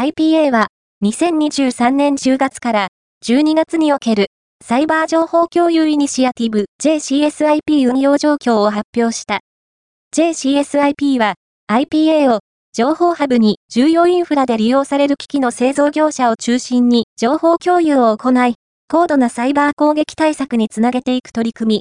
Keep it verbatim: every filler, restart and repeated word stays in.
アイピーエー は、にせんにじゅうさんねんじゅうがつからじゅうにがつにおけるサイバー情報共有イニシアティブ ジェイシーエスアイピー 運用状況を発表した。ジェイシーエスアイピー は アイピーエー を情報ハブに重要インフラで利用される機器の製造業者を中心に情報共有を行い、高度なサイバー攻撃対策につなげていく取り組み、